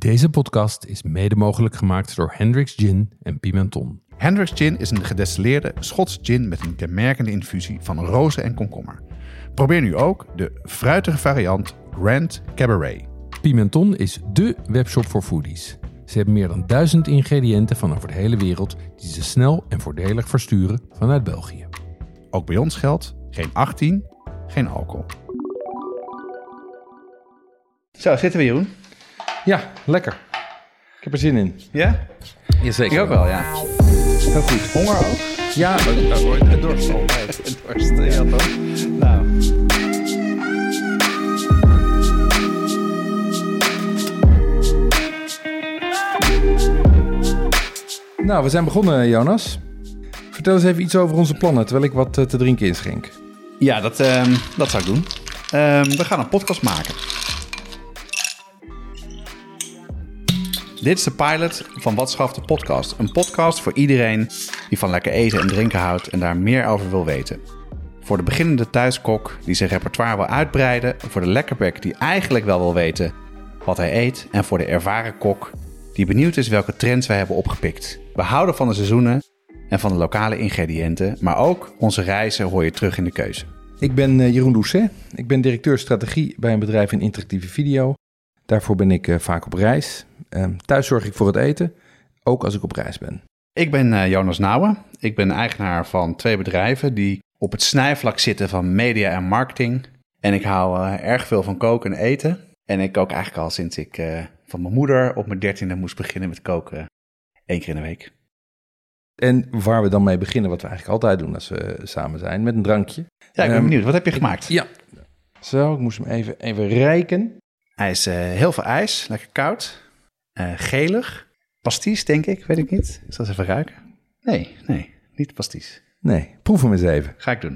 Deze podcast is mede mogelijk gemaakt door Hendrick's Gin en Pimenton. Hendrick's Gin is een gedestilleerde Schots gin met een kenmerkende infusie van rozen en komkommer. Probeer nu ook de fruitige variant Grand Cabaret. Pimenton is dé webshop voor foodies. Ze hebben meer dan 1000 ingrediënten van over de hele wereld die ze snel en voordelig versturen vanuit België. Ook bij ons geldt geen 18, geen alcohol. Zo, zitten we, Jeroen? Ja, lekker. Ik heb er zin in. Ja? Jazeker. Ik ook wel, ja. Heel goed. Honger ook? Ja, dorst altijd. Dorst, ja toch? Nou. Nou, we zijn begonnen, Jonas. Vertel eens even iets over onze plannen, terwijl ik wat te drinken inschenk. Ja, dat zou ik doen. We gaan een podcast maken. Dit is de pilot van Wat Schaft de podcast. Een podcast voor iedereen die van lekker eten en drinken houdt en daar meer over wil weten. Voor de beginnende thuiskok die zijn repertoire wil uitbreiden. Voor de lekkerbek die eigenlijk wel wil weten wat hij eet. En voor de ervaren kok die benieuwd is welke trends wij hebben opgepikt. We houden van de seizoenen en van de lokale ingrediënten. Maar ook onze reizen hoor je terug in de keuze. Ik ben Jeroen Doucet. Ik ben directeur strategie bij een bedrijf in interactieve video. Daarvoor ben ik vaak op reis. Thuis zorg ik voor het eten, ook als ik op reis ben. Ik ben Jonas Nouwen. Ik ben eigenaar van 2 bedrijven die op het snijvlak zitten van media en marketing. En ik hou erg veel van koken en eten. En ik kook eigenlijk al sinds ik van mijn moeder op mijn 13e moest beginnen met koken 1 keer in de week. En waar we dan mee beginnen, wat we eigenlijk altijd doen als we samen zijn, met een drankje. Ja, ik ben benieuwd. Wat heb je gemaakt? Ja. Zo, ik moest hem even rijken. Hij is heel veel ijs, lekker koud. Gelig. Pasties, denk ik. Weet ik niet. Ik zal eens even ruiken. Nee, niet pasties. Nee, proef hem eens even. Ga ik doen.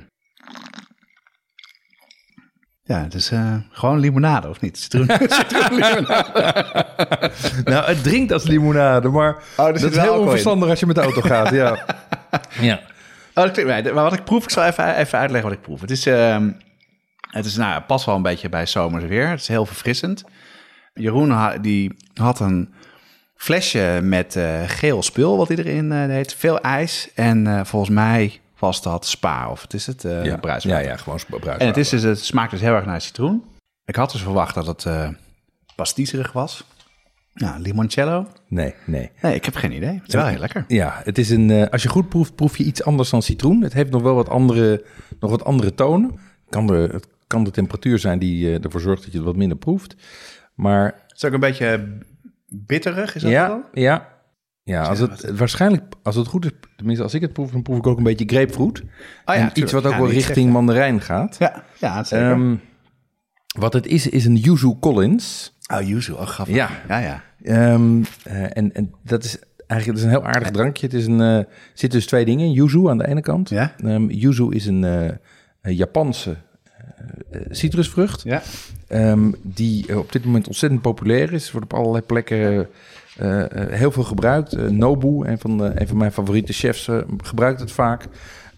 Ja, het is gewoon limonade, of niet? Citroenlimonade. Nou, het drinkt als limonade, maar dat is heel onverstandig als je met de auto gaat. Ja. Ja. Maar wat ik proef, ik zal even uitleggen wat ik proef. Het is past wel een beetje bij zomers weer. Het is heel verfrissend. Jeroen die had een flesje met geel spul, wat hij erin deed. Veel ijs. En volgens mij was dat Spa, of het is het bruiswater. Ja, gewoon bruiswater. En het smaakt dus heel erg naar citroen. Ik had dus verwacht dat het pastiezerig was. Nou, limoncello? Nee. Nee, ik heb geen idee. Het is wel heel lekker. Ja, het is als je goed proeft, proef je iets anders dan citroen. Het heeft nog wel wat andere tonen. Het kan de temperatuur zijn die ervoor zorgt dat je het wat minder proeft. Maar het is ook een beetje bitterig, is dat wel? Ja, als het goed is, tenminste als ik het proef, dan proef ik ook een beetje grapefruit. Iets wat ook wel richting mandarijn gaat. Ja, zeker. Wat het is een Yuzu Collins. Oh, Yuzu, grappig. Ja. En dat is eigenlijk een heel aardig drankje. Er zitten dus 2 dingen in. Yuzu aan de ene kant. Ja. Yuzu is een Japanse citrusvrucht. Ja. Die op dit moment ontzettend populair is. Wordt op allerlei plekken heel veel gebruikt. Nobu, een van mijn favoriete chefs, gebruikt het vaak.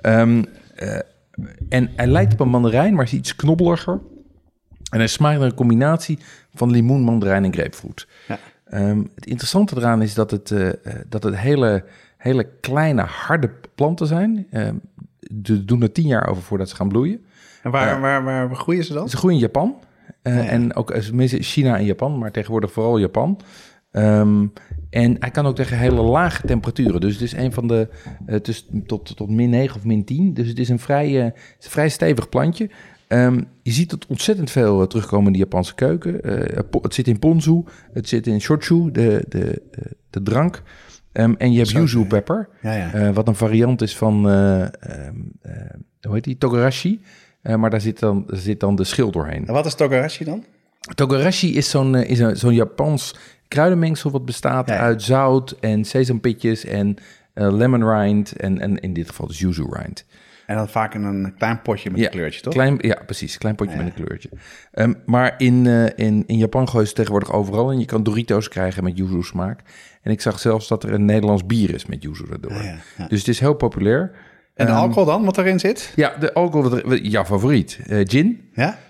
En hij lijkt op een mandarijn, maar is iets knobbeliger. En hij smaakt naar een combinatie van limoen, mandarijn en grapefruit. Ja. Het interessante eraan is dat het hele kleine, harde planten zijn. Ze doen er 10 jaar over voordat ze gaan bloeien. En waar groeien ze dan? Ze groeien in Japan. En ook China en Japan, maar tegenwoordig vooral Japan. En hij kan ook tegen hele lage temperaturen. Dus het is een van de tot -9 of -10. Dus het is een vrij stevig plantje. Je ziet het ontzettend veel terugkomen in de Japanse keuken. Het zit in ponzu, het zit in shochu, de drank. En je hebt yuzu pepper, wat een variant is van, hoe heet die, togarashi. Maar daar zit dan de schil doorheen. En wat is togarashi dan? Togarashi is zo'n Japans kruidenmengsel wat bestaat uit zout en sesampitjes en lemon rind en in dit geval dus yuzu rind. En dan vaak in een klein potje met een kleurtje, toch? Precies. Klein potje met een kleurtje. Maar in Japan gooien ze tegenwoordig overal. En je kan Doritos krijgen met yuzu smaak. En ik zag zelfs dat er een Nederlands bier is met yuzu erdoor. Dus het is heel populair. En de alcohol dan, wat erin zit? Ja, de alcohol, jouw favoriet. Gin. Ja?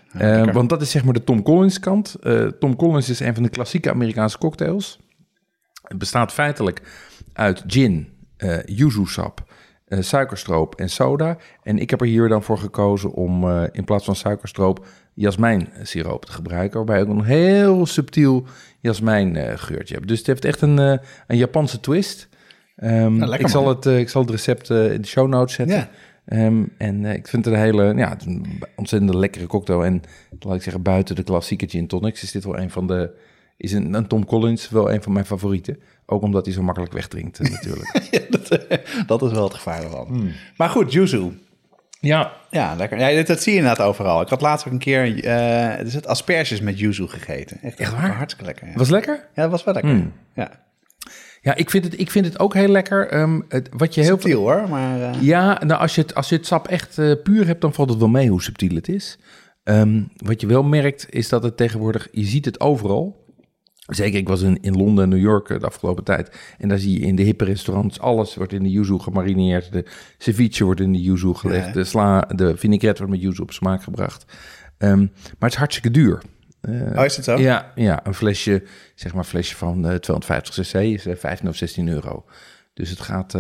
Want dat is zeg maar de Tom Collins kant. Tom Collins is een van de klassieke Amerikaanse cocktails. Het bestaat feitelijk uit gin, yuzu sap, suikerstroop en soda. En ik heb er hier dan voor gekozen om in plaats van suikerstroop jasmijnsiroop te gebruiken. Waarbij ook een heel subtiel jasmijngeurtje hebt. Dus het heeft echt een Japanse twist. Ik zal het recept in de show notes zetten. Ja. En ik vind het een ontzettend lekkere cocktail. En laat ik zeggen, buiten de klassieke gin tonics is dit wel een Tom Collins wel een van mijn favorieten. Ook omdat hij zo makkelijk wegdrinkt natuurlijk. Dat is wel het gevaar ervan. Maar goed, yuzu. Ja. Ja, lekker. Ja, dat zie je inderdaad overal. Ik had laatst ook een keer asperges met yuzu gegeten. Echt waar? Hartstikke lekker. Ja. Was lekker? Ja, dat was wel lekker. Ja. Ja, ik vind het ook heel lekker. Wat je heel subtiel hoor, maar... Ja, nou, als je het sap echt puur hebt, dan valt het wel mee hoe subtiel het is. Wat je wel merkt, is dat het tegenwoordig... Je ziet het overal. Zeker, ik was in Londen en New York de afgelopen tijd. En daar zie je in de hippe restaurants... alles wordt in de yuzu gemarineerd. De ceviche wordt in de yuzu gelegd. Ja. De vinaigrette wordt met yuzu op smaak gebracht. Maar het is hartstikke duur. Is het zo? Ja, een flesje van 250 cc is 15 of 16 euro. Dus het gaat,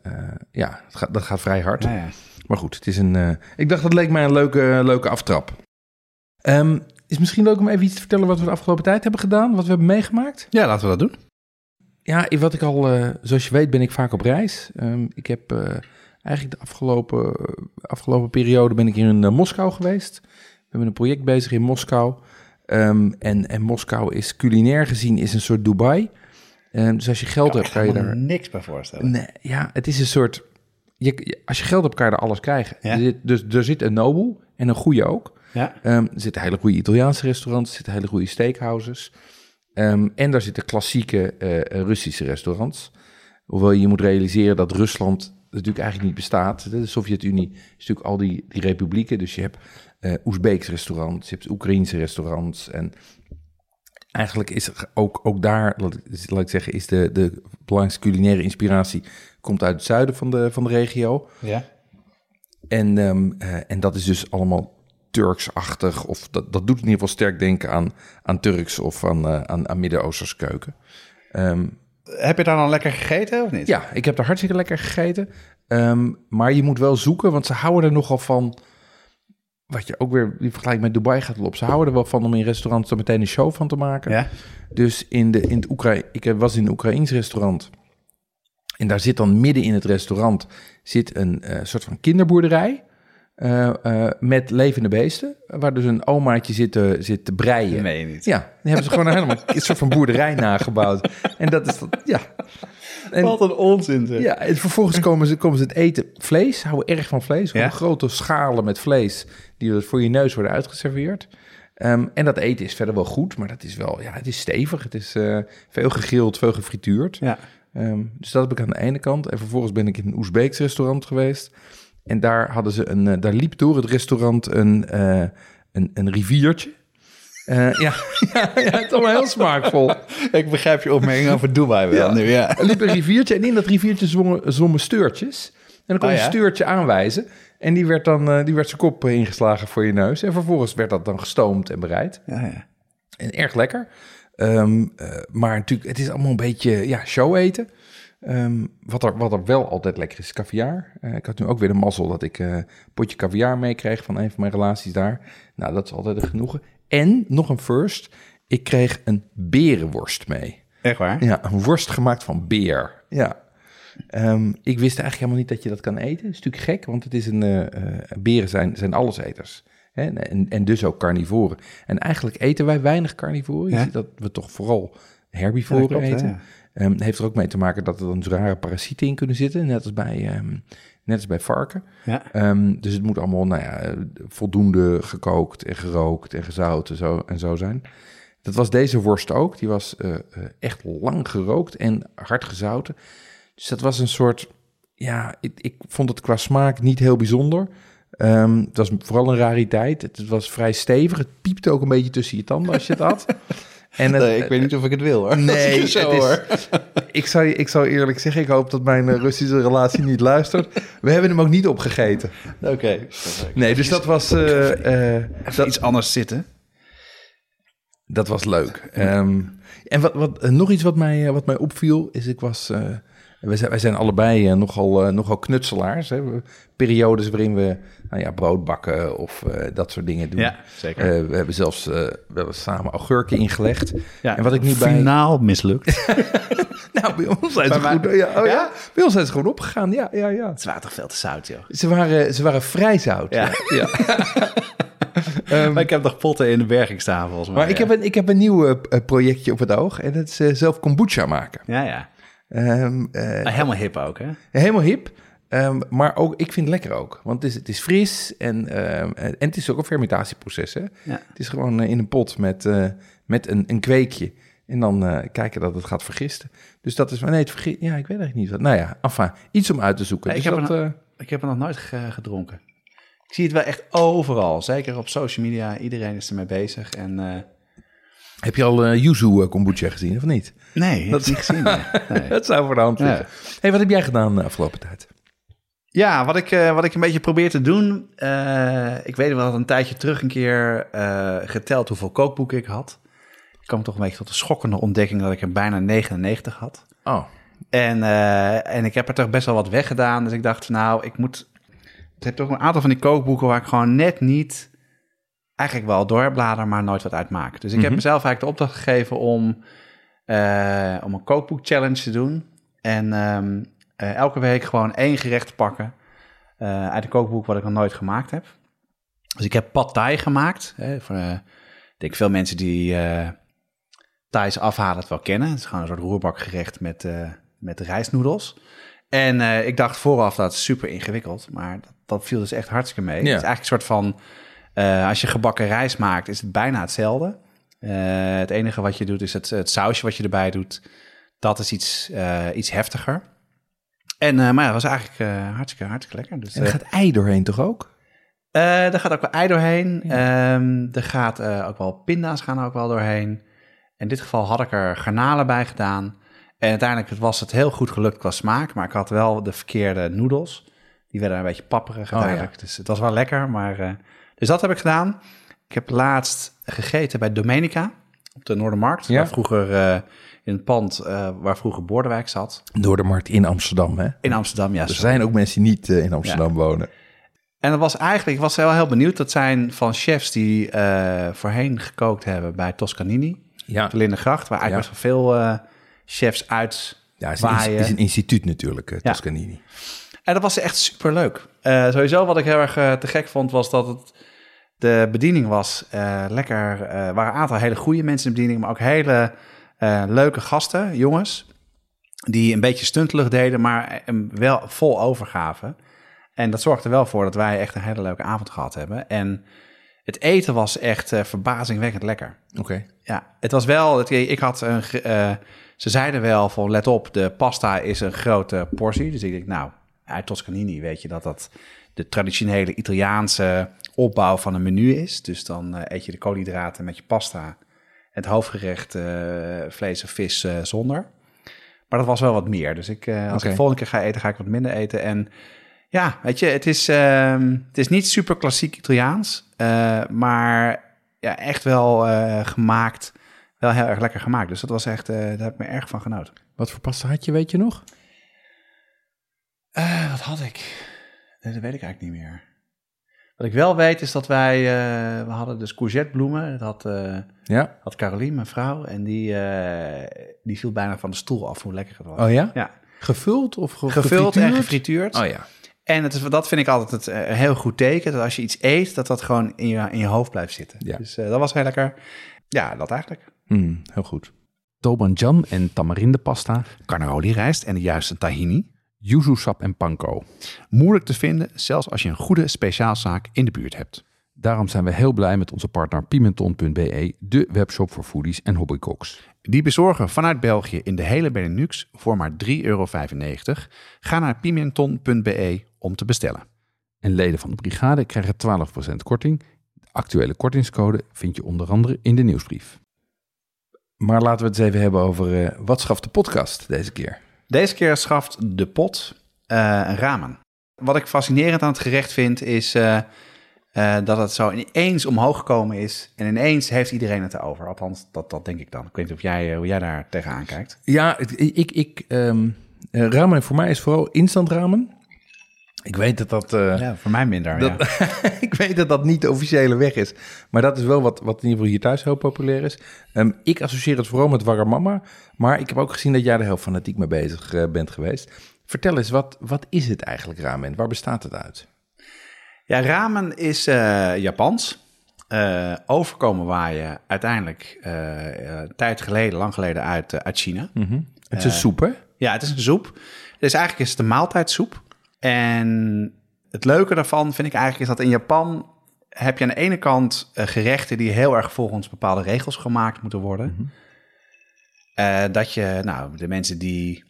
dat gaat vrij hard. Ja. Maar goed, het is ik dacht dat leek mij een leuke aftrap. Is misschien leuk om even iets te vertellen wat we de afgelopen tijd hebben gedaan, wat we hebben meegemaakt? Ja, laten we dat doen. Ja, wat ik al, zoals je weet ben ik vaak op reis. Ik heb eigenlijk de afgelopen periode ben ik hier in Moskou geweest. We hebben een project bezig in Moskou. En Moskou is culinair gezien is een soort Dubai. Dus als je geld hebt, kan je daar... niks bij voorstellen. Nee, ja, het is een soort... Als je geld hebt, kan je er alles krijgen. Ja. Er zit een Noble en een goede ook. Ja. Er zitten hele goede Italiaanse restaurants, er zitten hele goede steakhouses. En daar zitten klassieke Russische restaurants. Hoewel je moet realiseren dat Rusland natuurlijk eigenlijk niet bestaat. De Sovjet-Unie is natuurlijk al die republieken. Dus je hebt Oezbeekse restaurants, je hebt Oekraïense restaurants. En eigenlijk is ook daar, laat ik zeggen, is de belangrijkste culinaire inspiratie komt uit het zuiden van de regio. Ja. En dat is dus allemaal Turks-achtig, of dat doet in ieder geval sterk denken aan Turks of aan Midden-Oosterse keuken. Heb je daar dan lekker gegeten of niet? Ja, ik heb daar hartstikke lekker gegeten. Maar je moet wel zoeken, want ze houden er nogal van... Wat je ook weer, die vergelijking met Dubai gaat op. Ze houden er wel van om in restaurants er meteen een show van te maken. Ja. Dus ik was in een Oekraïens restaurant. En daar zit dan midden in het restaurant een soort van kinderboerderij. Met levende beesten. Waar dus een omaatje zit te breien. Nee, niet. Ja, die hebben ze gewoon helemaal een soort van boerderij nagebouwd. En dat is ja. Wat een onzin. Zeg. Ja, en vervolgens komen ze het eten. Vlees, houden erg van vlees. Ja? Grote schalen met vlees die voor je neus worden uitgeserveerd. En dat eten is verder wel goed, maar dat is wel, het is stevig. Het is veel gegrild, veel gefrituurd. Ja. Dus dat heb ik aan de ene kant. En vervolgens ben ik in een Oezbeeks restaurant geweest. En daar hadden ze daar liep door het restaurant een riviertje. Het is allemaal heel smaakvol. Ik begrijp je opmerking over Dubai wel nu, ja. Er liep een riviertje en in dat riviertje zwommen steurtjes. En dan kon je een steurtje aanwijzen. En die werd zijn kop ingeslagen voor je neus. En vervolgens werd dat dan gestoomd en bereid. Ja. En erg lekker. Maar natuurlijk, het is allemaal een beetje show eten. Wat er wel altijd lekker is caviar. Ik had nu ook weer de mazzel dat ik een potje caviar meekreeg van een van mijn relaties daar. Nou, dat is altijd een genoegen. En, nog een first, ik kreeg een berenworst mee. Echt waar? Ja, een worst gemaakt van beer. Ja. Ik wist eigenlijk helemaal niet dat je dat kan eten. Dat is natuurlijk gek, want het is beren zijn alleseters. Hè? En dus ook carnivoren. En eigenlijk eten wij weinig carnivoren. Je ziet dat we toch vooral herbivoren eten. Ja. Heeft er ook mee te maken dat er dan rare parasieten in kunnen zitten, net als bij varken. Ja. Dus het moet allemaal voldoende gekookt en gerookt en gezout en zo zijn. Dat was deze worst ook. Die was echt lang gerookt en hard gezouten. Dus dat was een soort... Ja, ik vond het qua smaak niet heel bijzonder. Het was vooral een rariteit. Het was vrij stevig. Het piepte ook een beetje tussen je tanden als je het had. En ik weet niet of ik het wil, hoor. Nee, ik zou eerlijk zeggen, ik hoop dat mijn Russische relatie niet luistert. We hebben hem ook niet opgegeten. Oké. Nee, dus dat was... iets anders zitten. Dat was leuk. En nog iets wat mij opviel, is wij zijn allebei nogal knutselaars. Hè? Periodes waarin we brood bakken of dat soort dingen doen. Ja, zeker. We hebben zelfs samen augurken ingelegd. Ja, en wat ik nu finaal mislukt. Nou, bij ons zijn ze goed. Ja? Bij ons zijn ze gewoon opgegaan. Ja. Het waren toch veel te zout, joh. Ze waren vrij zout. Ja. Maar ik heb nog potten in de berging staan, volgens mij. Maar ik heb een nieuw projectje op het oog. En dat is zelf kombucha maken. Ja. Helemaal hip ook, hè? Helemaal hip. Maar ook, ik vind het lekker ook. Want het is fris en het is ook een fermentatieproces. Hè? Ja. Het is gewoon in een pot met een kweekje. En dan kijken dat het gaat vergisten. Dus dat is... Maar nee, het vergist... Ja, ik weet eigenlijk niet wat. Nou ja, enfin, iets om uit te zoeken. Nee, dus ik heb er nog nooit gedronken. Ik zie het wel echt overal. Zeker op social media. Iedereen is ermee bezig. En, heb je al yuzu kombucha gezien, of niet? Nee, dat heb ik niet gezien. Nee. Dat zou voor de hand liggen. Ja. Hey, wat heb jij gedaan de afgelopen tijd? Ja, wat ik een beetje probeer te doen... ik weet wel dat een tijdje terug een keer geteld hoeveel kookboeken ik had. Ik kwam toch een beetje tot de schokkende ontdekking dat ik er bijna 99 had. Oh. En ik heb er toch best wel wat weggedaan. Dus ik dacht, ik heb toch een aantal van die kookboeken waar ik gewoon net niet... eigenlijk wel doorblader, maar nooit wat uit maak. Dus ik heb mezelf eigenlijk de opdracht gegeven om een kookboek-challenge te doen. En elke week gewoon 1 gerecht te pakken uit een kookboek wat ik nog nooit gemaakt heb. Dus ik heb pad thai gemaakt. Ik denk veel mensen die Thais afhalen het wel kennen. Het is gewoon een soort roerbakgerecht met rijstnoedels. En ik dacht vooraf dat is super ingewikkeld, maar dat viel dus echt hartstikke mee. Ja. Het is eigenlijk een soort van... als je gebakken rijst maakt, is het bijna hetzelfde. Het enige wat je doet, is het sausje wat je erbij doet. Dat is iets heftiger. Maar ja, het was eigenlijk hartstikke lekker. Dus, en er gaat ei doorheen toch ook? Er gaat ook wel ei doorheen. Ja. Er gaat ook wel pinda's gaan ook wel doorheen. In dit geval had ik er garnalen bij gedaan. En uiteindelijk was het heel goed gelukt qua smaak. Maar ik had wel de verkeerde noedels. Die werden een beetje papperig uiteindelijk. Dus het was wel lekker, maar... Dus dat heb ik gedaan. Ik heb laatst gegeten bij Domenica op de Noordermarkt. Ja. Waar vroeger in het pand waar vroeger Bordewijk zat. Noordermarkt in Amsterdam, hè? In Amsterdam, ja. Er zijn ook mensen die niet in Amsterdam wonen. En dat was eigenlijk, ik was heel benieuwd. Dat zijn van chefs die voorheen gekookt hebben bij Toscanini. Ja. De Lindengracht, waar eigenlijk best wel veel chefs uit waaien. Het is een instituut natuurlijk, Toscanini. Ja. En dat was echt superleuk. Sowieso wat ik heel erg te gek vond, was dat de bediening was lekker. Er waren een aantal hele goede mensen in de bediening, maar ook hele leuke gasten, jongens. Die een beetje stuntelig deden, maar wel vol overgave. En dat zorgde er wel voor dat wij echt een hele leuke avond gehad hebben. En het eten was echt verbazingwekkend lekker. Oké. Ja, het was wel... ze zeiden wel van, let op, de pasta is een grote portie. Dus ik denk, uit Toscanini weet je dat de traditionele Italiaanse opbouw van een menu is. Dus dan eet je de koolhydraten met je pasta. Het hoofdgerecht vlees of vis zonder. Maar dat was wel wat meer. Dus als ik volgende keer ga eten, ga ik wat minder eten. En ja, weet je, het is niet super klassiek Italiaans. Maar ja, echt wel gemaakt. Wel heel erg lekker gemaakt. Dus dat was echt, daar heb ik me erg van genoten. Wat voor pasta had je, weet je nog? Wat had ik? Dat weet ik eigenlijk niet meer. Wat ik wel weet is dat we hadden dus courgettebloemen. Dat had Caroline, mijn vrouw. En die viel bijna van de stoel af, hoe lekker het was. Oh ja? Ja. Gevuld of gevuld en gefrituurd. Oh ja. En dat vind ik altijd een heel goed teken. Dat als je iets eet, dat gewoon in je hoofd blijft zitten. Ja. Dus dat was heel lekker. Ja, dat eigenlijk. Heel goed. Tobanjan en tamarindepasta. Carnaroli rijst en de juiste tahini. Yuzu sap en panko. Moeilijk te vinden, zelfs als je een goede speciaalzaak in de buurt hebt. Daarom zijn we heel blij met onze partner Pimenton.be, de webshop voor foodies en hobbycooks. Die bezorgen vanuit België in de hele Benelux voor maar €3,95. Ga naar Pimenton.be om te bestellen. En leden van de brigade krijgen 12% korting. De actuele kortingscode vind je onder andere in de nieuwsbrief. Maar laten we het eens even hebben over wat schaft de podcast deze keer? Deze keer schaft de pot ramen. Wat ik fascinerend aan het gerecht vind is dat het zo ineens omhoog gekomen is. En ineens heeft iedereen het erover. Althans, dat denk ik dan. Ik weet niet hoe jij daar tegenaan kijkt. Ja, ramen voor mij is vooral instant ramen. Ik weet dat voor mij minder, Ik weet dat niet de officiële weg is. Maar dat is wel wat in ieder geval hier thuis heel populair is. Ik associeer het vooral met Wagamama. Maar ik heb ook gezien dat jij er heel fanatiek mee bezig bent geweest. Vertel eens, wat is het eigenlijk ramen en waar bestaat het uit? Ja, ramen is Japans. Overkomen waaien uiteindelijk lang geleden uit China. Mm-hmm. Het is een soep, hè? Ja, het is een soep. Dus eigenlijk is het een maaltijdsoep. En het leuke daarvan vind ik eigenlijk is dat in Japan heb je aan de ene kant gerechten die heel erg volgens bepaalde regels gemaakt moeten worden. Mm-hmm. Dat je, de mensen die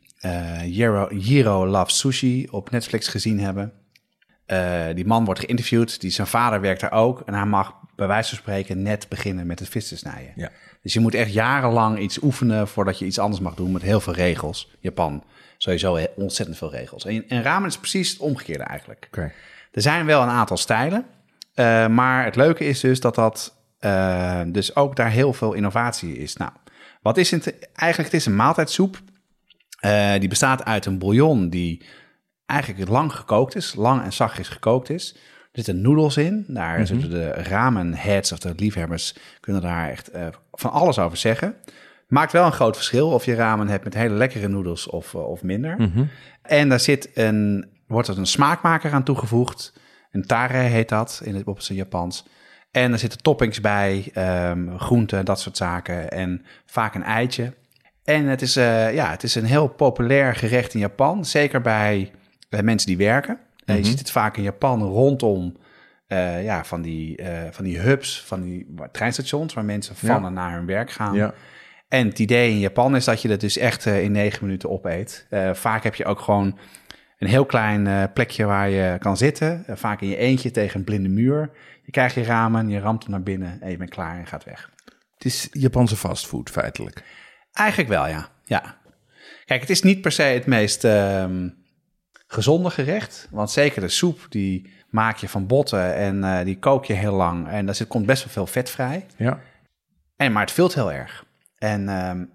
Jiro Loves Sushi op Netflix gezien hebben. Die man wordt geïnterviewd, zijn vader werkt daar ook. En hij mag bij wijze van spreken net beginnen met het vis te snijden. Ja. Dus je moet echt jarenlang iets oefenen voordat je iets anders mag doen met heel veel regels. Japan, sowieso ontzettend veel regels. En ramen is precies het omgekeerde eigenlijk. Okay. Er zijn wel een aantal stijlen, maar het leuke is dus dat dus ook daar heel veel innovatie is. Nou, wat is het eigenlijk? Het is een maaltijdsoep. Die bestaat uit een bouillon die eigenlijk lang gekookt is, lang en zachtjes gekookt is. Er zitten noedels in. Daar zitten de ramenheads of de liefhebbers kunnen daar echt van alles over zeggen. Maakt wel een groot verschil of je ramen hebt met hele lekkere noedels of minder. Mm-hmm. En daar wordt er een smaakmaker aan toegevoegd. Een tare heet dat op zijn Japans. En er zitten toppings bij, groenten, dat soort zaken. En vaak een eitje. En het is een heel populair gerecht in Japan. Zeker bij mensen die werken. Je ziet het vaak in Japan rondom van die hubs, van die treinstations waar mensen van en naar hun werk gaan. Ja. En het idee in Japan is dat je dat dus echt in 9 minuten opeet. Vaak heb je ook gewoon een heel klein plekje waar je kan zitten. Vaak in je eentje tegen een blinde muur. Je krijgt je ramen, je ramt hem naar binnen en je bent klaar en gaat weg. Het is Japanse fastfood feitelijk. Eigenlijk wel, ja. Kijk, het is niet per se het meest gezonde gerecht. Want zeker de soep, die maak je van botten en die kook je heel lang. En daar komt best wel veel vet vrij. Ja. Maar het vult heel erg. En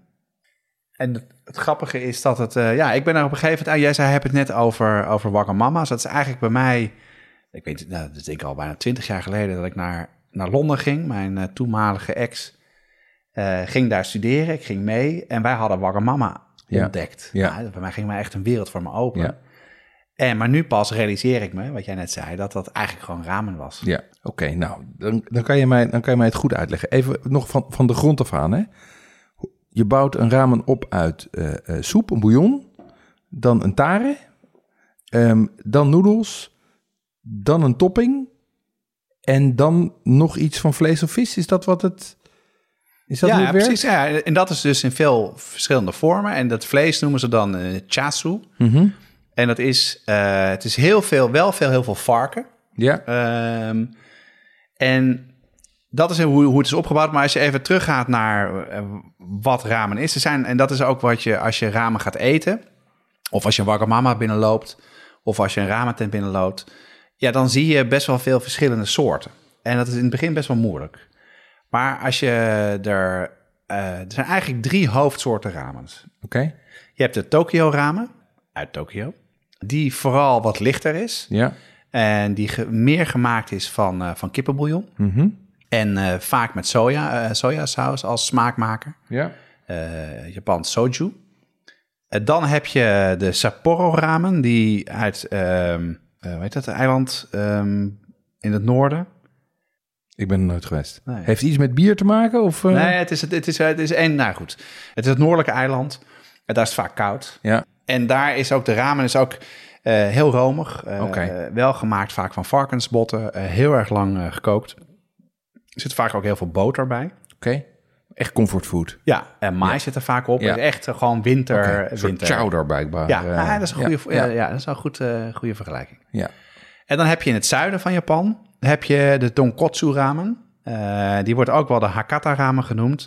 het grappige is dat het... ik ben er op een gegeven moment... jij zei, heb het net over Wagamama's. Dat is eigenlijk bij mij... Ik weet, dat is denk ik al bijna 20 jaar geleden... dat ik naar Londen ging. Mijn toenmalige ex ging daar studeren. Ik ging mee. En wij hadden Wagamama ontdekt. Ja. Nou, bij mij ging echt een wereld voor me open. Ja. Maar nu pas realiseer ik me, wat jij net zei... dat eigenlijk gewoon ramen was. Ja, oké. Nou, dan kan je mij het goed uitleggen. Even nog van de grond af aan, hè. Je bouwt een ramen op uit soep, een bouillon, dan een tare, dan noedels, dan een topping en dan nog iets van vlees of vis. Is dat wat het... Is dat hoe het werkt? Precies. Ja, en dat is dus in veel verschillende vormen. En dat vlees noemen ze dan chasu. Mm-hmm. En dat is, het is heel veel varken. Ja. En dat is hoe het is opgebouwd. Maar als je even teruggaat naar wat ramen is. En dat is ook wat je als je ramen gaat eten. Of als je een Wagamama binnenloopt. Of als je een ramentent binnenloopt. Ja, dan zie je best wel veel verschillende soorten. En dat is in het begin best wel moeilijk. Maar als je er zijn eigenlijk 3 hoofdsoorten ramens. Oké. Je hebt de Tokyo ramen uit Tokio. Die vooral wat lichter is. Ja. En die meer gemaakt is van kippenbouillon. Mm-hmm. En vaak met sojasaus als smaakmaker. Ja. Japans soju. Dan heb je de Sapporo ramen, die uit, eiland in het noorden. Ik ben er nooit geweest. Nee. Heeft het iets met bier te maken? Of, Nee, het is één. Nou goed, het is het noordelijke eiland. En daar is het vaak koud. Ja. En daar is ook de ramen heel romig. Wel gemaakt vaak van varkensbotten. Heel erg lang gekookt. Er zit vaak ook heel veel boter bij. Oké. Echt comfortfood. Ja, en mais zit er vaak op. Ja. Het is echt gewoon winter. Een soort chowder blijkbaar. Ja, dat is een goede vergelijking. Ja. En dan heb je in het zuiden van Japan heb je de tonkotsu ramen. Die wordt ook wel de Hakata ramen genoemd.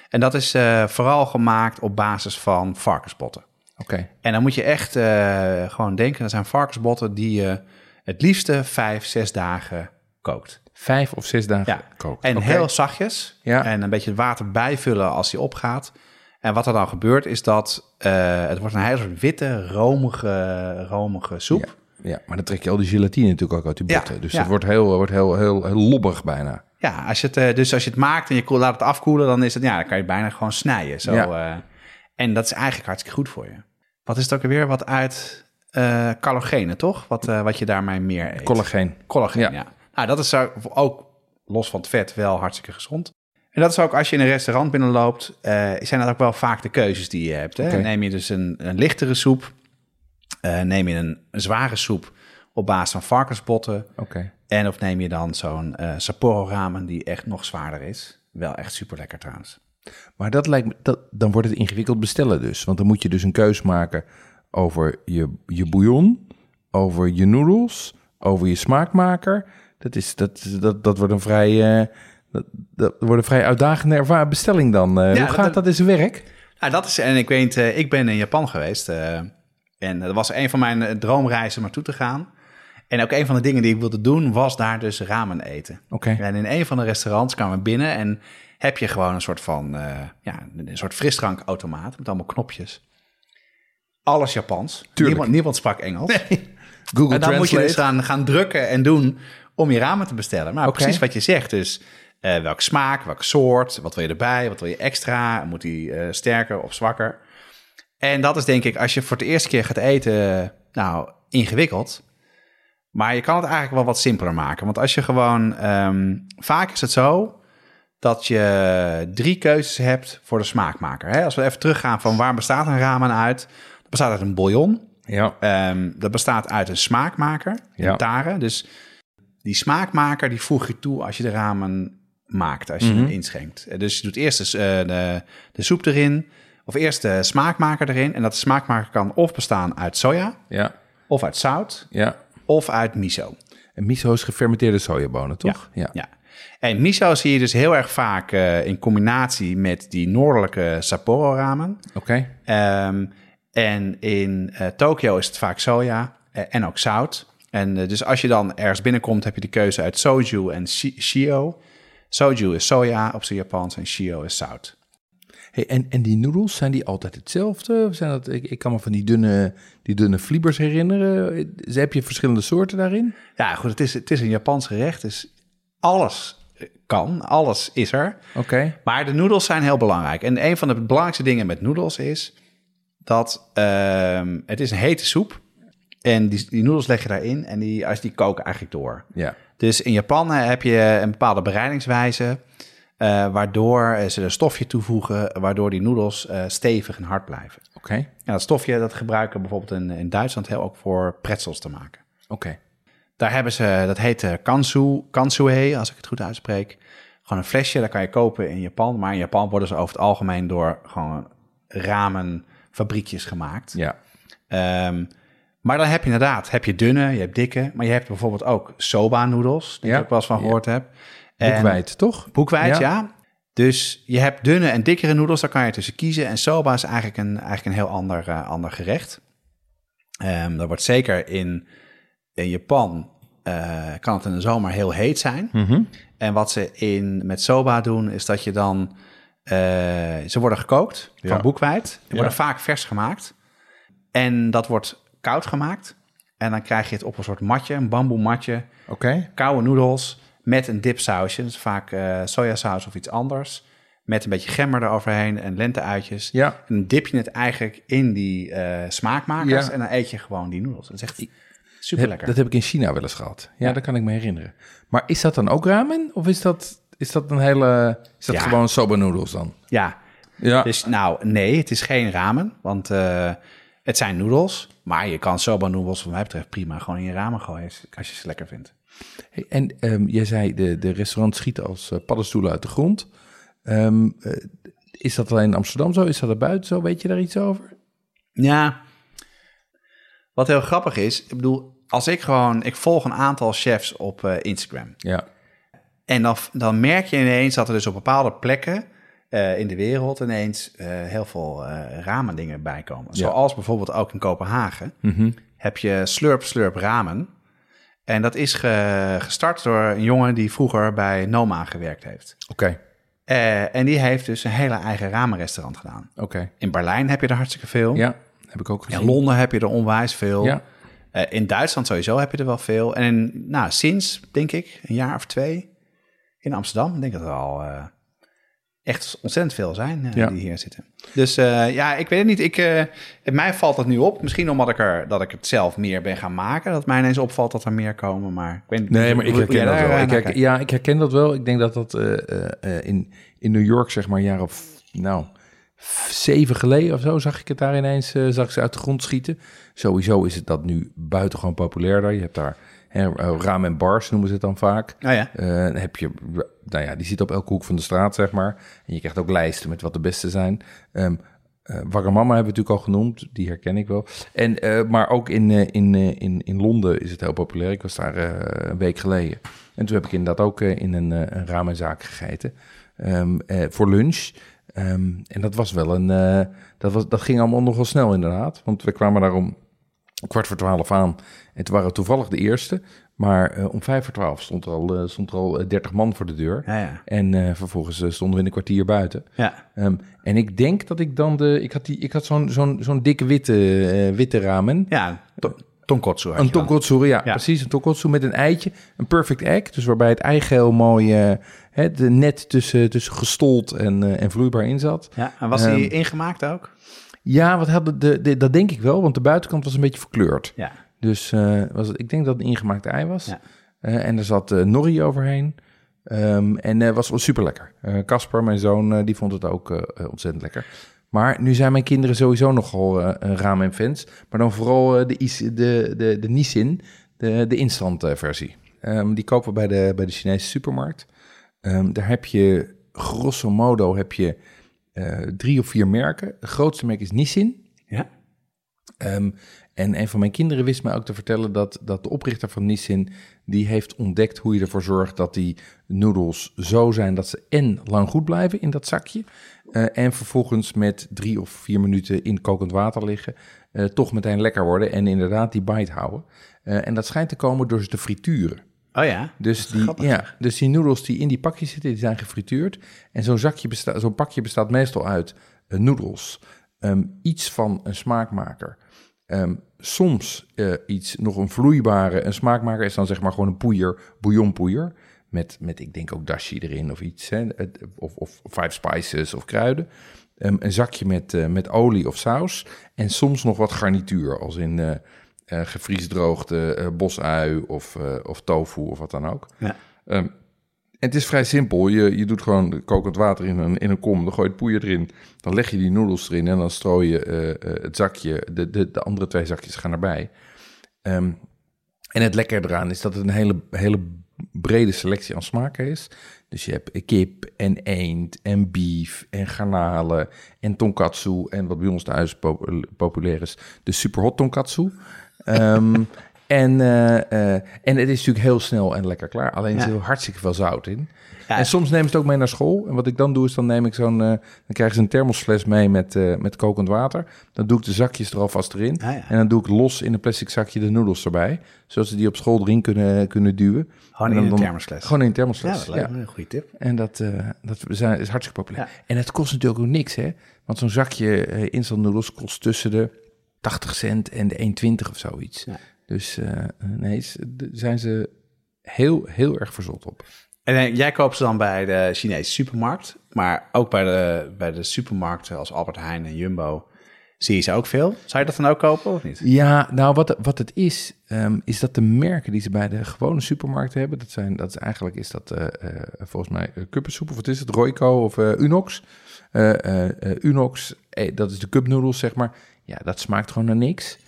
En dat is vooral gemaakt op basis van varkensbotten. Oké. En dan moet je echt gewoon denken, dat zijn varkensbotten die je het liefste 5-6 dagen kookt. 5 of 6 dagen kookt. En heel zachtjes. Ja. En een beetje het water bijvullen als die opgaat. En wat er dan gebeurt is dat het wordt een hele soort witte, romige soep. Ja, maar dan trek je al die gelatine natuurlijk ook uit die botten. Ja, dus ja. het wordt heel lobbig bijna. Ja, als je het maakt en je laat het afkoelen, dan is het, dan kan je het bijna gewoon snijden. Zo, Ja. En dat is eigenlijk hartstikke goed voor je. Wat is het ook alweer? Wat uit collagenen, toch? Wat je daarmee meer eet. Collageen, ja. Nou, dat is ook los van het vet wel hartstikke gezond. En dat is ook als je in een restaurant binnenloopt, zijn dat ook wel vaak de keuzes die je hebt. Hè? Okay. Neem je dus een lichtere soep, neem je een zware soep op basis van varkensbotten. Okay. En of neem je dan zo'n Sapporo ramen die echt nog zwaarder is. Wel echt super lekker trouwens. Maar dat lijkt me, dan wordt het ingewikkeld bestellen dus. Want dan moet je dus een keus maken over je bouillon, over je noedels, over je smaakmaker. Dat wordt een vrij... Dat wordt een vrij uitdagende bestelling dan. Hoe gaat dat in zijn werk? Nou, dat is, en ik weet, ik ben in Japan geweest. En dat was een van mijn droomreizen om naartoe te gaan. En ook een van de dingen die ik wilde doen, was daar dus ramen eten. Okay. En in een van de restaurants kwamen we binnen en heb je gewoon een soort van, een soort frisdrankautomaat met allemaal knopjes. Alles Japans. Niemand sprak Engels. Nee. Google en dan Translate. moet je dus gaan drukken en doen om je ramen te bestellen. Maar precies wat je zegt, dus welke smaak, welke soort, wat wil je erbij, wat wil je extra, moet die sterker of zwakker? En dat is denk ik, als je voor de eerste keer gaat eten, ingewikkeld. Maar je kan het eigenlijk wel wat simpeler maken. Want als je gewoon, vaak is het zo dat je 3 keuzes hebt voor de smaakmaker. Hè? Als we even teruggaan van waar bestaat een ramen uit? Dat bestaat uit een bouillon. Ja. Dat bestaat uit een smaakmaker, een tare. Dus die smaakmaker die voeg je toe als je de ramen maakt, als je hem inschenkt. Dus je doet eerst de soep erin, of eerst de smaakmaker erin. En dat de smaakmaker kan of bestaan uit soja, of uit zout, of uit miso. En miso is gefermenteerde sojabonen, toch? Ja. En miso zie je dus heel erg vaak in combinatie met die noordelijke Sapporo ramen. Oké. En in Tokio is het vaak soja en ook zout. En dus als je dan ergens binnenkomt, heb je de keuze uit soju en shio. Soju is soja op zijn Japans en shio is zout. Hey, en die noedels, zijn die altijd hetzelfde? Of zijn dat, ik kan me van die dunne fliebers herinneren. Heb je verschillende soorten daarin? Ja, goed, het is een Japans gerecht, dus alles kan, alles is er. Oké. Maar de noedels zijn heel belangrijk. En een van de belangrijkste dingen met noedels is dat het is een hete soep. En die noedels leg je daarin en die koken eigenlijk door. Ja. Dus in Japan heb je een bepaalde bereidingswijze, waardoor ze een stofje toevoegen, waardoor die noedels stevig en hard blijven. Oké. En dat stofje dat gebruiken bijvoorbeeld in Duitsland heel ook voor pretzels te maken. Oké. Daar hebben ze, dat heet kansue, als ik het goed uitspreek. Gewoon een flesje, dat kan je kopen in Japan. Maar in Japan worden ze over het algemeen door gewoon ramenfabriekjes gemaakt. Ja. Maar dan heb je inderdaad, dunne, je hebt dikke, maar je hebt bijvoorbeeld ook soba-noedels, die ik ook wel eens van gehoord heb. Boekwijd, toch? Boekwijd, ja. Dus je hebt dunne en dikkere noedels, daar kan je tussen kiezen. En soba is eigenlijk een heel ander gerecht. Dat wordt zeker in Japan, kan het in de zomer heel heet zijn. Mm-hmm. En wat ze met soba doen, is dat je dan, ze worden gekookt van boekwijd. Die worden vaak vers gemaakt. En dat wordt koud gemaakt. En dan krijg je het op een soort matje, een bamboematje. Oké. Koude noedels met een dipsausje. Dus vaak sojasaus of iets anders. Met een beetje gember eroverheen en lenteuitjes. Ja. En dan dip je het eigenlijk in die smaakmakers. Ja. En dan eet je gewoon die noedels. Dat is echt super lekker. Dat heb ik in China wel eens gehad. Ja, dat kan ik me herinneren. Maar is dat dan ook ramen? Of is dat een hele... Is dat gewoon soba noedels dan? Ja. Dus nee, het is geen ramen. Want het zijn noedels. Maar je kan soba noedels wat mij betreft prima gewoon in je ramen gooien. Als je ze lekker vindt. Hey, en jij zei de restaurants schieten als paddenstoelen uit de grond. Is dat alleen in Amsterdam zo? Is dat er buiten zo? Weet je daar iets over? Ja. Wat heel grappig is, ik bedoel, ik volg een aantal chefs op Instagram. Ja. En dan merk je ineens dat er dus op bepaalde plekken in de wereld ineens heel veel ramen dingen bijkomen. Zoals bijvoorbeeld ook in Kopenhagen heb je Slurp ramen. En dat is gestart door een jongen die vroeger bij Noma gewerkt heeft. Oké. En die heeft dus een hele eigen ramenrestaurant gedaan. Oké. In Berlijn heb je er hartstikke veel. Ja, heb ik ook gezien. In Londen heb je er onwijs veel. Ja. In Duitsland sowieso heb je er wel veel. En sinds, denk ik, een jaar of 2 in Amsterdam, denk ik dat er al echt ontzettend veel zijn die hier zitten. Dus ik weet het niet. Mij valt dat nu op. Misschien omdat dat ik het zelf meer ben gaan maken. Dat mij ineens opvalt dat er meer komen. Maar ik weet niet. Nee, maar ik herken dat wel. Ik herken dat wel. Ik denk dat in New York, zeg maar, een jaar of 7 geleden of zo, zag ik het daar ineens, zag ik ze uit de grond schieten. Sowieso is het dat nu buitengewoon populairder. Je hebt daar ramen en bars, noemen ze het dan vaak. Oh ja. Dan heb je, die zit op elke hoek van de straat, zeg maar. En je krijgt ook lijsten met wat de beste zijn. Wagamama hebben we natuurlijk al genoemd, die herken ik wel. Maar ook in Londen is het heel populair. Ik was daar een week geleden. En toen heb ik inderdaad ook in een ramenzaak gegeten. Voor lunch. En dat was wel dat ging allemaal nog wel snel inderdaad. Want we kwamen daar om 11:15 aan. En toen waren we toevallig de eerste. Maar om 11:55 stond er al 30 man voor de deur. Ja. En vervolgens stonden we in een kwartier buiten. Ja. En ik denk dat ik dan ik had zo'n dikke witte ramen. Ja, tonkotsu. Een tonkotsu, ja, precies. Een tonkotsu met een eitje. Een perfect egg. Dus waarbij het eigeel mooi net tussen gestold en vloeibaar in zat. Ja, en was die ingemaakt ook? Ja, dat denk ik wel. Want de buitenkant was een beetje verkleurd. Ja. Dus ik denk dat het een ingemaakt ei was. Ja. En er zat nori overheen. En was super lekker. Casper, mijn zoon, die vond het ook ontzettend lekker. Maar nu zijn mijn kinderen sowieso nogal ramen-fans. Maar dan vooral de Nissin, de instant versie. Die kopen we bij de Chinese supermarkt. Daar heb je, grosso modo, 3 of 4 merken. Het grootste merk is Nissin. Ja. En een van mijn kinderen wist mij ook te vertellen dat de oprichter van Nissin, die heeft ontdekt hoe je ervoor zorgt dat die noedels zo zijn dat ze en lang goed blijven in dat zakje. En vervolgens met 3 of 4 minuten in kokend water liggen, toch meteen lekker worden en inderdaad die bite houden. En dat schijnt te komen door ze te frituren. Oh ja? Dus die noedels die in die pakjes zitten, die zijn gefrituurd. En zo'n pakje bestaat meestal uit noedels, iets van een smaakmaker. Soms nog een vloeibare, een smaakmaker is dan zeg maar gewoon een bouillonpoeier. Met ik denk ook dashi erin of iets, of 5 spices of kruiden. Een zakje met olie of saus. En soms nog wat garnituur, als in gevriesdroogde bosui of tofu of wat dan ook. Ja. En het is vrij simpel. Je doet gewoon kokend water in een kom, dan gooi je het poeier erin. Dan leg je die noedels erin en dan strooi je het zakje, de andere 2 zakjes gaan erbij. En het lekker eraan is dat het een hele brede selectie aan smaken is. Dus je hebt kip en eend en beef en garnalen en tonkatsu. En wat bij ons thuis populair is, de superhot tonkatsu. En het is natuurlijk heel snel en lekker klaar. Alleen er zit er hartstikke veel zout in. Ja. En soms nemen ze het ook mee naar school. En wat ik dan doe is, dan neem ik dan krijgen ze een thermosfles mee met kokend water. Dan doe ik de zakjes er alvast erin. En dan doe ik los in een plastic zakje de noedels erbij. Zodat ze die op school erin kunnen duwen. Gewoon in een thermosfles. Gewoon in een thermosfles, ja. Dat lijkt me een goede tip. En dat is hartstikke populair. Ja. En het kost natuurlijk ook niks, hè. Want zo'n zakje instant noedels kost tussen de 80 cent en de 1,20 of zoiets. Ja. Dus zijn ze heel, heel erg verzot op. En jij koopt ze dan bij de Chinese supermarkt, maar ook bij de supermarkten als Albert Heijn en Jumbo. Zie je ze ook veel? Zou je dat dan ook kopen of niet? Ja, nou wat het is dat de merken die ze bij de gewone supermarkten hebben, is dat volgens mij kuppensoep, of wat is het, Royco of Unox. Unox, dat is de cupnoedels, zeg maar. Ja, dat smaakt gewoon naar niks.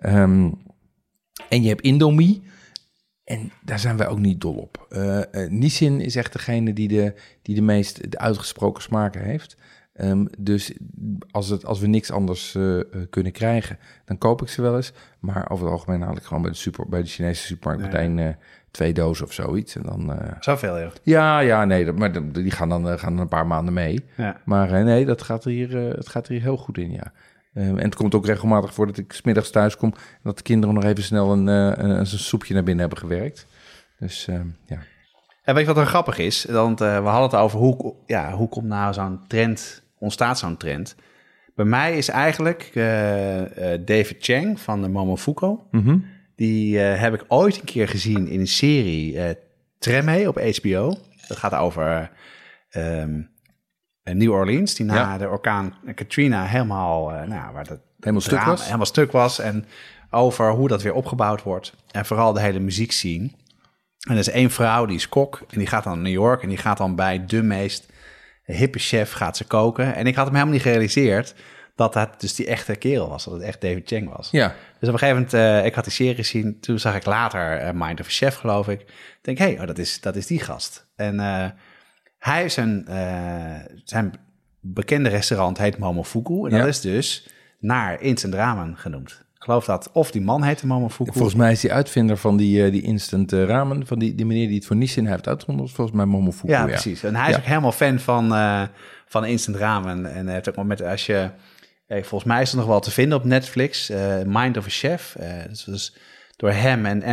En je hebt Indomie. En daar zijn wij ook niet dol op. Nissin is echt degene die de meest uitgesproken smaken heeft. Dus als we niks anders kunnen krijgen, dan koop ik ze wel eens. Maar over het algemeen haal ik gewoon bij de Chinese supermarkt meteen 2 dozen of zoiets. En dan, Zoveel, joh. Ja, nee, maar die gaan dan een paar maanden mee. Ja. Maar nee, het gaat er hier heel goed in, ja. En het komt ook regelmatig voor dat ik 's middags thuis kom... en dat de kinderen nog even snel een soepje naar binnen hebben gewerkt. Dus ja. En weet je wat er grappig is? Want we hadden het over hoe komt nou ontstaat zo'n trend? Bij mij is eigenlijk David Chang van de Momofuku. Mm-hmm. Die heb ik ooit een keer gezien in een serie Treme op HBO. Dat gaat over New Orleans, die na de orkaan Katrina helemaal helemaal stuk was. En over hoe dat weer opgebouwd wordt. En vooral de hele muziekscene. En er is 1 vrouw, die is kok. En die gaat dan naar New York. En die gaat dan bij de meest hippe chef gaat ze koken. En ik had hem helemaal niet gerealiseerd dat het dus die echte kerel was. Dat het echt David Chang was. Ja. Dus op een gegeven moment, ik had die serie gezien. Toen zag ik later Mind of a Chef, geloof ik. Ik denk, dat is die gast. En hij is zijn bekende restaurant heet Momofuku. En dat is dus naar instant ramen genoemd. Ik geloof dat of die man heette Momofuku. Volgens mij is die uitvinder van die instant ramen... van die meneer die het voor Nissin heeft uitgevonden... volgens mij Momofuku. Ja, precies. En hij is ook helemaal fan van instant ramen. En heeft ook met als je... volgens mij is het nog wel te vinden op Netflix. Mind of a Chef. Dus door hem en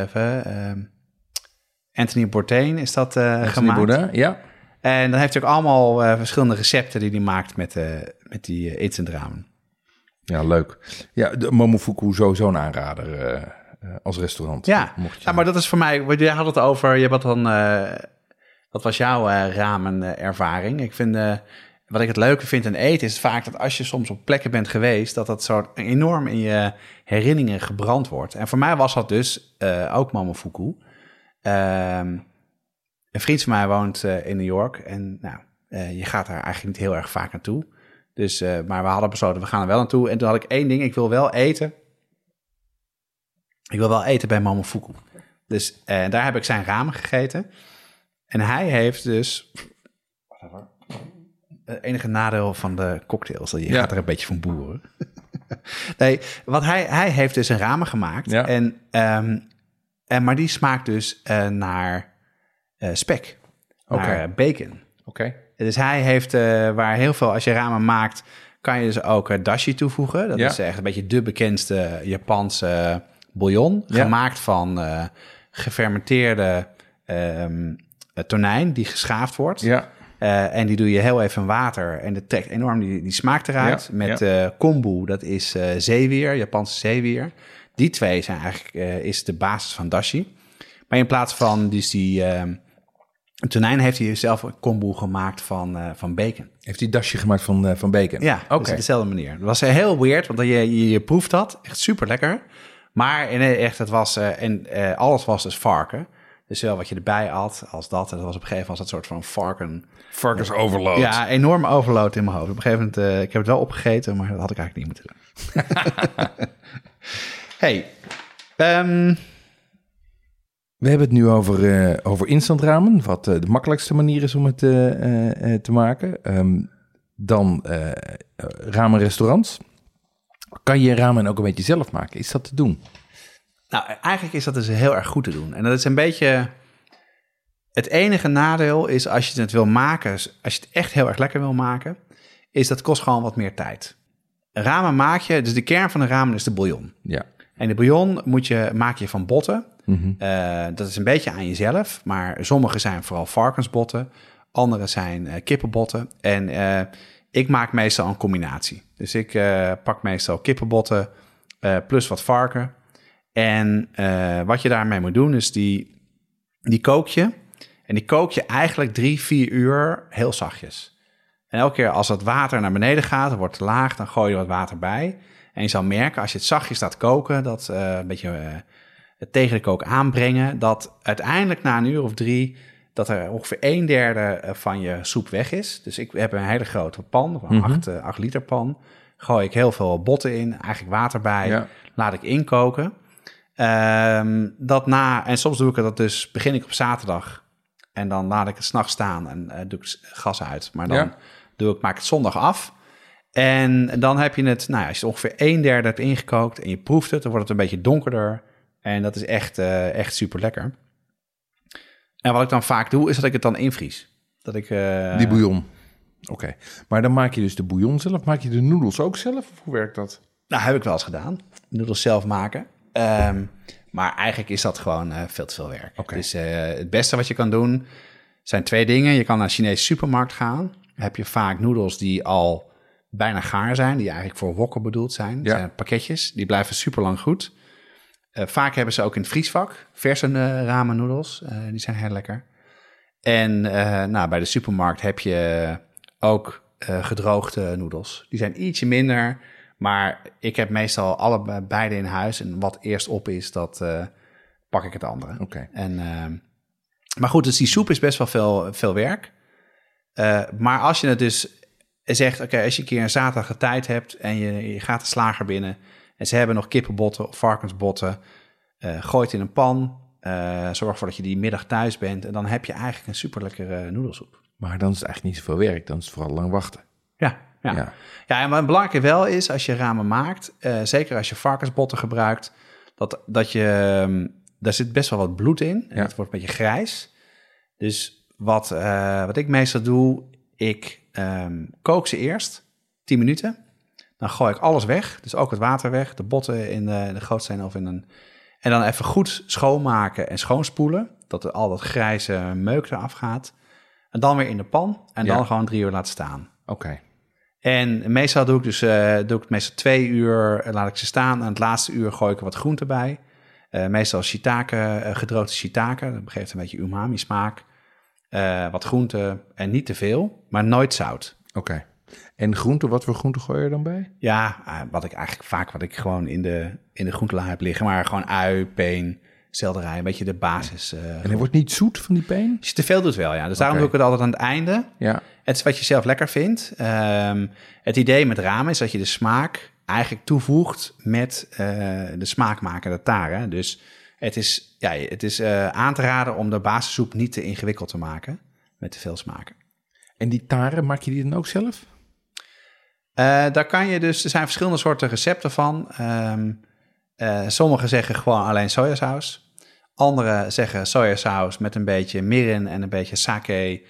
Anthony Bourdain is dat gemaakt. Bourdain, ja. En dan heeft hij ook allemaal verschillende recepten die hij maakt met die instant ramen. Ja, leuk. Ja, de Momofuku sowieso een aanrader als restaurant. Ja, maar dat is voor mij... Jij had het over... Je had dan... wat was jouw ramenervaring? Ik vind... wat ik het leuke vind aan eten is vaak dat als je soms op plekken bent geweest... dat zo enorm in je herinneringen gebrand wordt. En voor mij was dat dus ook Momofuku. Een vriend van mij woont in New York. En je gaat daar eigenlijk niet heel erg vaak naartoe. Dus, maar we hadden besloten, we gaan er wel naartoe. En toen had ik 1 ding, ik wil wel eten. Ik wil wel eten bij Momofuku. Dus daar heb ik zijn ramen gegeten. En hij heeft dus... Het enige nadeel van de cocktails, dat je gaat er een beetje van boeren. Nee, want hij heeft dus een ramen gemaakt. Ja. Maar die smaakt dus naar spek. Naar bacon. Oké. Dus hij heeft, waar heel veel, als je ramen maakt, kan je dus ook dashi toevoegen. Dat is echt een beetje de bekendste Japanse bouillon. Ja. Gemaakt van gefermenteerde tonijn die geschaafd wordt. Ja. En die doe je heel even in water en dat trekt enorm die smaak eruit. Ja. Met kombu, dat is zeewier, Japanse zeewier. Die 2 zijn eigenlijk is de basis van dashi. Maar in plaats van dus die... tonijn heeft hij zelf een kombu gemaakt van bacon. Heeft hij dashi gemaakt van bacon? Ja, dus op dezelfde manier. Dat was heel weird, want je proeft dat. Echt super lekker. Maar echt, het was... alles was dus varken. Dus wel wat je erbij at als dat. En dat was op een gegeven moment een soort van Varkens overload. Ja, enorme overload in mijn hoofd. Op een gegeven moment... ik heb het wel opgegeten, maar dat had ik eigenlijk niet moeten doen. Hey, we hebben het nu over instant ramen, wat de makkelijkste manier is om het te maken. Dan ramenrestaurants. Kan je ramen ook een beetje zelf maken? Is dat te doen? Nou, eigenlijk is dat dus heel erg goed te doen. En dat is een beetje... Het enige nadeel is als je het wil maken, als je het echt heel erg lekker wil maken, is dat kost gewoon wat meer tijd. Ramen maak je, dus de kern van de ramen is de bouillon. Ja. En de bouillon maak je van botten. Mm-hmm. Dat is een beetje aan jezelf, maar sommige zijn vooral varkensbotten, andere zijn kippenbotten. En ik maak meestal een combinatie. Dus ik pak meestal kippenbotten plus wat varken. En wat je daarmee moet doen is die kook je. En die kook je eigenlijk 3-4 uur heel zachtjes. En elke keer als het water naar beneden gaat, het wordt te laag, dan gooi je er wat water bij. En je zal merken, als je het zachtjes laat koken, dat een beetje tegen de kook aanbrengen, dat uiteindelijk na 1 uur of 3, dat er ongeveer 1/3 van je soep weg is. Dus ik heb een hele grote pan, een 8 liter pan. Gooi ik heel veel botten in, eigenlijk water bij, laat ik inkoken. En soms doe ik dat dus, begin ik op zaterdag en dan laat ik het 's nachts staan en doe ik het gas uit. Maar dan maak ik het zondag af. En dan heb je het, als je het ongeveer 1/3 hebt ingekookt en je proeft het, dan wordt het een beetje donkerder. En dat is echt super lekker. En wat ik dan vaak doe, is dat ik het dan invries. Dat ik... Die bouillon. Oké. Maar dan maak je dus de bouillon zelf. Maak je de noedels ook zelf? Of hoe werkt dat? Nou, heb ik wel eens gedaan. Noedels zelf maken. Maar eigenlijk is dat gewoon veel te veel werk. Okay. Dus het beste wat je kan doen zijn 2 dingen. Je kan naar een Chinese supermarkt gaan. Dan heb je vaak noedels die al bijna gaar zijn. Die eigenlijk voor wokken bedoeld zijn. Dat zijn pakketjes. Die blijven super lang goed. Vaak hebben ze ook in het vriesvak verse ramen noedels. Die zijn heel lekker. En bij de supermarkt heb je ook gedroogde noedels. Die zijn ietsje minder, maar ik heb meestal beide in huis. En wat eerst op is, dat pak ik het andere. Okay. Maar goed, dus die soep is best wel veel werk. Maar als je het dus zegt, oké, als je een keer een zaterdag de tijd hebt en je gaat de slager binnen en ze hebben nog kippenbotten of varkensbotten, gooi het in een pan, zorg ervoor dat je die middag thuis bent en dan heb je eigenlijk een super lekkere noedelsoep. Maar dan is het eigenlijk niet zoveel werk, dan is het vooral lang wachten. Ja, en wat belangrijk wel is, als je ramen maakt, zeker als je varkensbotten gebruikt, dat je, daar zit best wel wat bloed in en het wordt een beetje grijs. Dus wat ik meestal doe, ik kook ze eerst 10 minuten. Dan gooi ik alles weg, dus ook het water weg, de botten in de gootsteen of in een... En dan even goed schoonmaken en schoonspoelen, dat al dat grijze meuk eraf gaat. En dan weer in de pan en dan gewoon 3 uur laten staan. Oké. En meestal doe ik meestal 2 uur, laat ik ze staan. En het laatste uur gooi ik er wat groente bij. Meestal shiitake, gedroogde shiitake. Dat geeft een beetje umami smaak. Wat groente en niet te veel, maar nooit zout. Oké. En groente, wat voor groente gooi je er dan bij? Ja, wat ik gewoon in de groentela heb liggen. Maar gewoon ui, peen, selderij, een beetje de basis. En hij wordt niet zoet van die peen? Als je te veel doet wel, ja. Dus daarom doe ik het altijd aan het einde. Ja. Het is wat je zelf lekker vindt. Het idee met ramen is dat je de smaak eigenlijk toevoegt met de smaakmaker, de tare. Dus het is aan te raden om de basissoep niet te ingewikkeld te maken met te veel smaken. En die tare, maak je die dan ook zelf? Daar kan je dus, er zijn verschillende soorten recepten van. Sommigen zeggen gewoon alleen sojasaus. Anderen zeggen sojasaus met een beetje mirin en een beetje sake,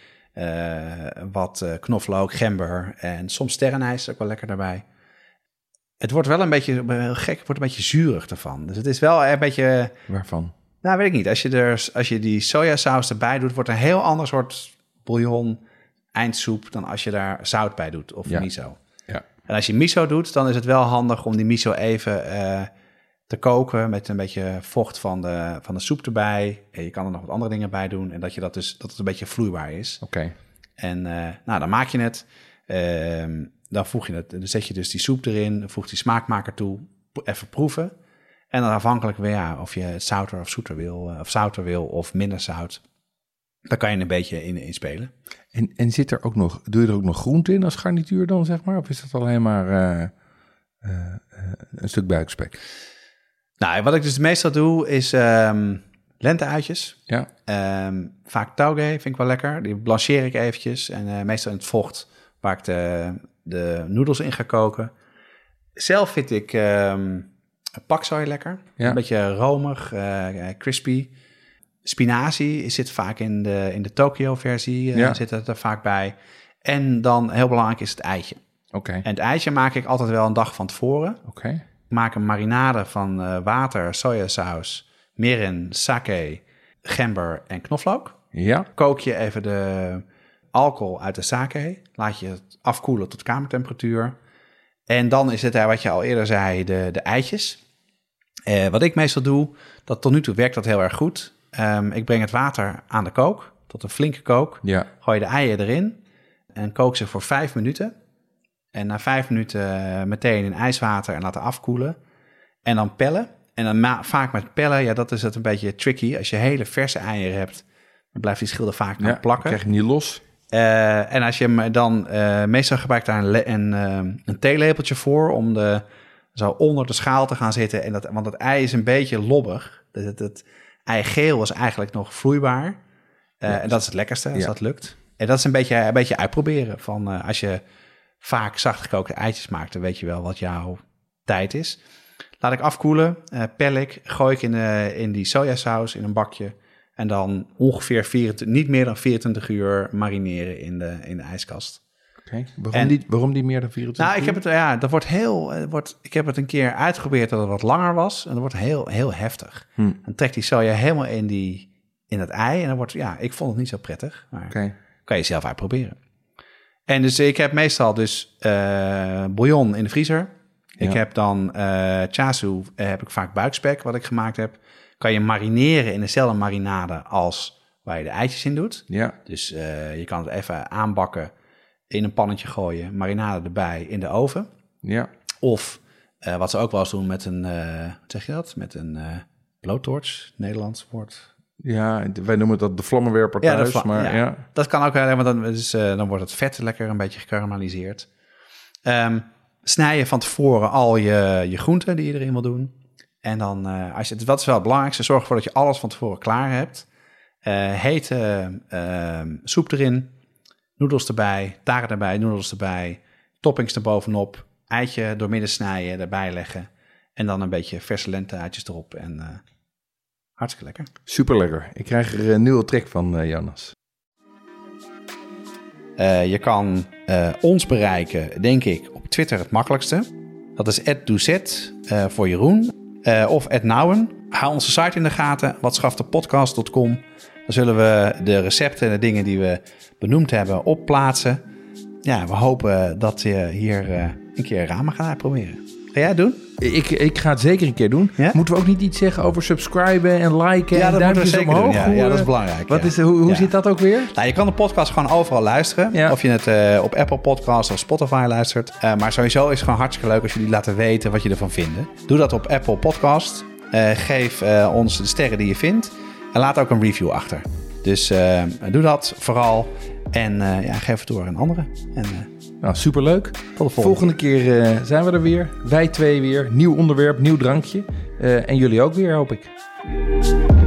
wat knoflook, gember en soms sterrenijs, ook wel lekker daarbij. Het wordt wel een beetje, heel gek, het wordt een beetje zuurig ervan. Dus het is wel een beetje... Waarvan? Nou, weet ik niet. Als je die sojasaus erbij doet, wordt een heel ander soort bouillon, eindsoep, dan als je daar zout bij doet of miso. Ja. En als je miso doet, dan is het wel handig om die miso even te koken met een beetje vocht van de soep erbij. En je kan er nog wat andere dingen bij doen en dat het een beetje vloeibaar is. Oké. En dan maak je het. Dan zet je dus die soep erin, dan voeg die smaakmaker toe, even proeven. En dan afhankelijk weer of je het zouter of zoeter wil, of zouter wil of minder zout. Daar kan je een beetje in spelen. En zit er ook nog, doe je er ook nog groente in als garnituur dan, zeg maar? Of is dat alleen maar een stuk buikspek? Nou, wat ik dus meestal doe is lente-uitjes. Ja. Vaak tauge vind ik wel lekker. Die blancheer ik eventjes. En meestal in het vocht waar ik de noedels in ga koken. Zelf vind ik paksoi lekker. Ja. Een beetje romig, crispy. Spinazie zit vaak in de Tokyo-versie. Zit het er vaak bij. En dan, heel belangrijk, is het eitje. Oké. En het eitje maak ik altijd wel een dag van tevoren. Oké. Ik maak een marinade van water, sojasaus, mirin, sake, gember en knoflook. Ja. Kook je even de alcohol uit de sake. Laat je het afkoelen tot kamertemperatuur. En dan is het, wat je al eerder zei, de eitjes. Wat ik meestal doe, tot nu toe werkt dat heel erg goed. Ik breng het water aan de kook, tot een flinke kook. Ja. Gooi de eieren erin en kook ze voor 5 minuten. En na 5 minuten meteen in ijswater en laten afkoelen. En dan pellen. En dan vaak met pellen, dat is het een beetje tricky. Als je hele verse eieren hebt, dan blijft die schil er vaak aan plakken. Krijg je niet los. En als je hem dan, meestal gebruik daar een theelepeltje voor om zo onder de schaal te gaan zitten. Want het ei is een beetje lobbig. Het eigeel is eigenlijk nog vloeibaar. En dat is het lekkerste als dat lukt. En dat is een beetje uitproberen. Van als je vaak zachtgekookte eitjes maakt, dan weet je wel wat jouw tijd is. Laat ik afkoelen, pel ik, gooi ik in die sojasaus in een bakje. En dan ongeveer niet meer dan 24 uur marineren in de ijskast. Okay. Waarom die meer dan 24 uur? Ik heb het een keer uitgeprobeerd dat het wat langer was. En dat wordt heel, heel heftig. Dan trekt die soja helemaal in het ei. En dan wordt, ik vond het niet zo prettig. Maar kan je zelf uitproberen. En dus ik heb meestal bouillon in de vriezer. Ja. Ik heb dan chasu, heb ik vaak buikspek wat ik gemaakt heb. Kan je marineren in dezelfde marinade als waar je de eitjes in doet. Ja. Dus je kan het even aanbakken, in een pannetje gooien, marinade erbij in de oven. Ja. Of wat ze ook wel eens doen met een, wat zeg je dat? Met een blowtorch, Nederlands woord. Ja, wij noemen dat de vlammenwerper thuis. Dat kan ook, want dan wordt het vet lekker een beetje gekarameliseerd. Snij je van tevoren al je groenten die je erin wil doen. En dan, wat is wel het belangrijkste, zorg ervoor dat je alles van tevoren klaar hebt. Hete soep erin, noedels erbij, taren erbij, noedels erbij, toppings erbovenop, eitje doormidden snijden, erbij leggen. En dan een beetje verse lente-eitjes erop en hartstikke lekker. Super lekker. Ik krijg er een nieuwe trek van, Jonas. Je kan ons bereiken, denk ik, op Twitter het makkelijkste. Dat is @doezet voor Jeroen of @nouwen. Hou onze site in de gaten, watschaftepodcast.com. Dan zullen we de recepten en de dingen die we benoemd hebben opplaatsen. Ja, we hopen dat je hier een keer ramen gaat uitproberen. Ga jij het doen? Ik ga het zeker een keer doen. Ja? Moeten we ook niet iets zeggen over subscriben en liken? Ja, en dat moeten we zeker doen. Ja, dat is belangrijk. Hoe zit dat ook weer? Nou, je kan de podcast gewoon overal luisteren. Ja. Of je het op Apple Podcasts of Spotify luistert. Maar sowieso is het gewoon hartstikke leuk als jullie laten weten wat je ervan vinden. Doe dat op Apple Podcast. Geef ons de sterren die je vindt. En laat ook een review achter. Dus doe dat vooral. En geef het door aan anderen. Nou, superleuk. Tot de volgende keer zijn we er weer. Wij twee weer. Nieuw onderwerp, nieuw drankje. En jullie ook weer, hoop ik.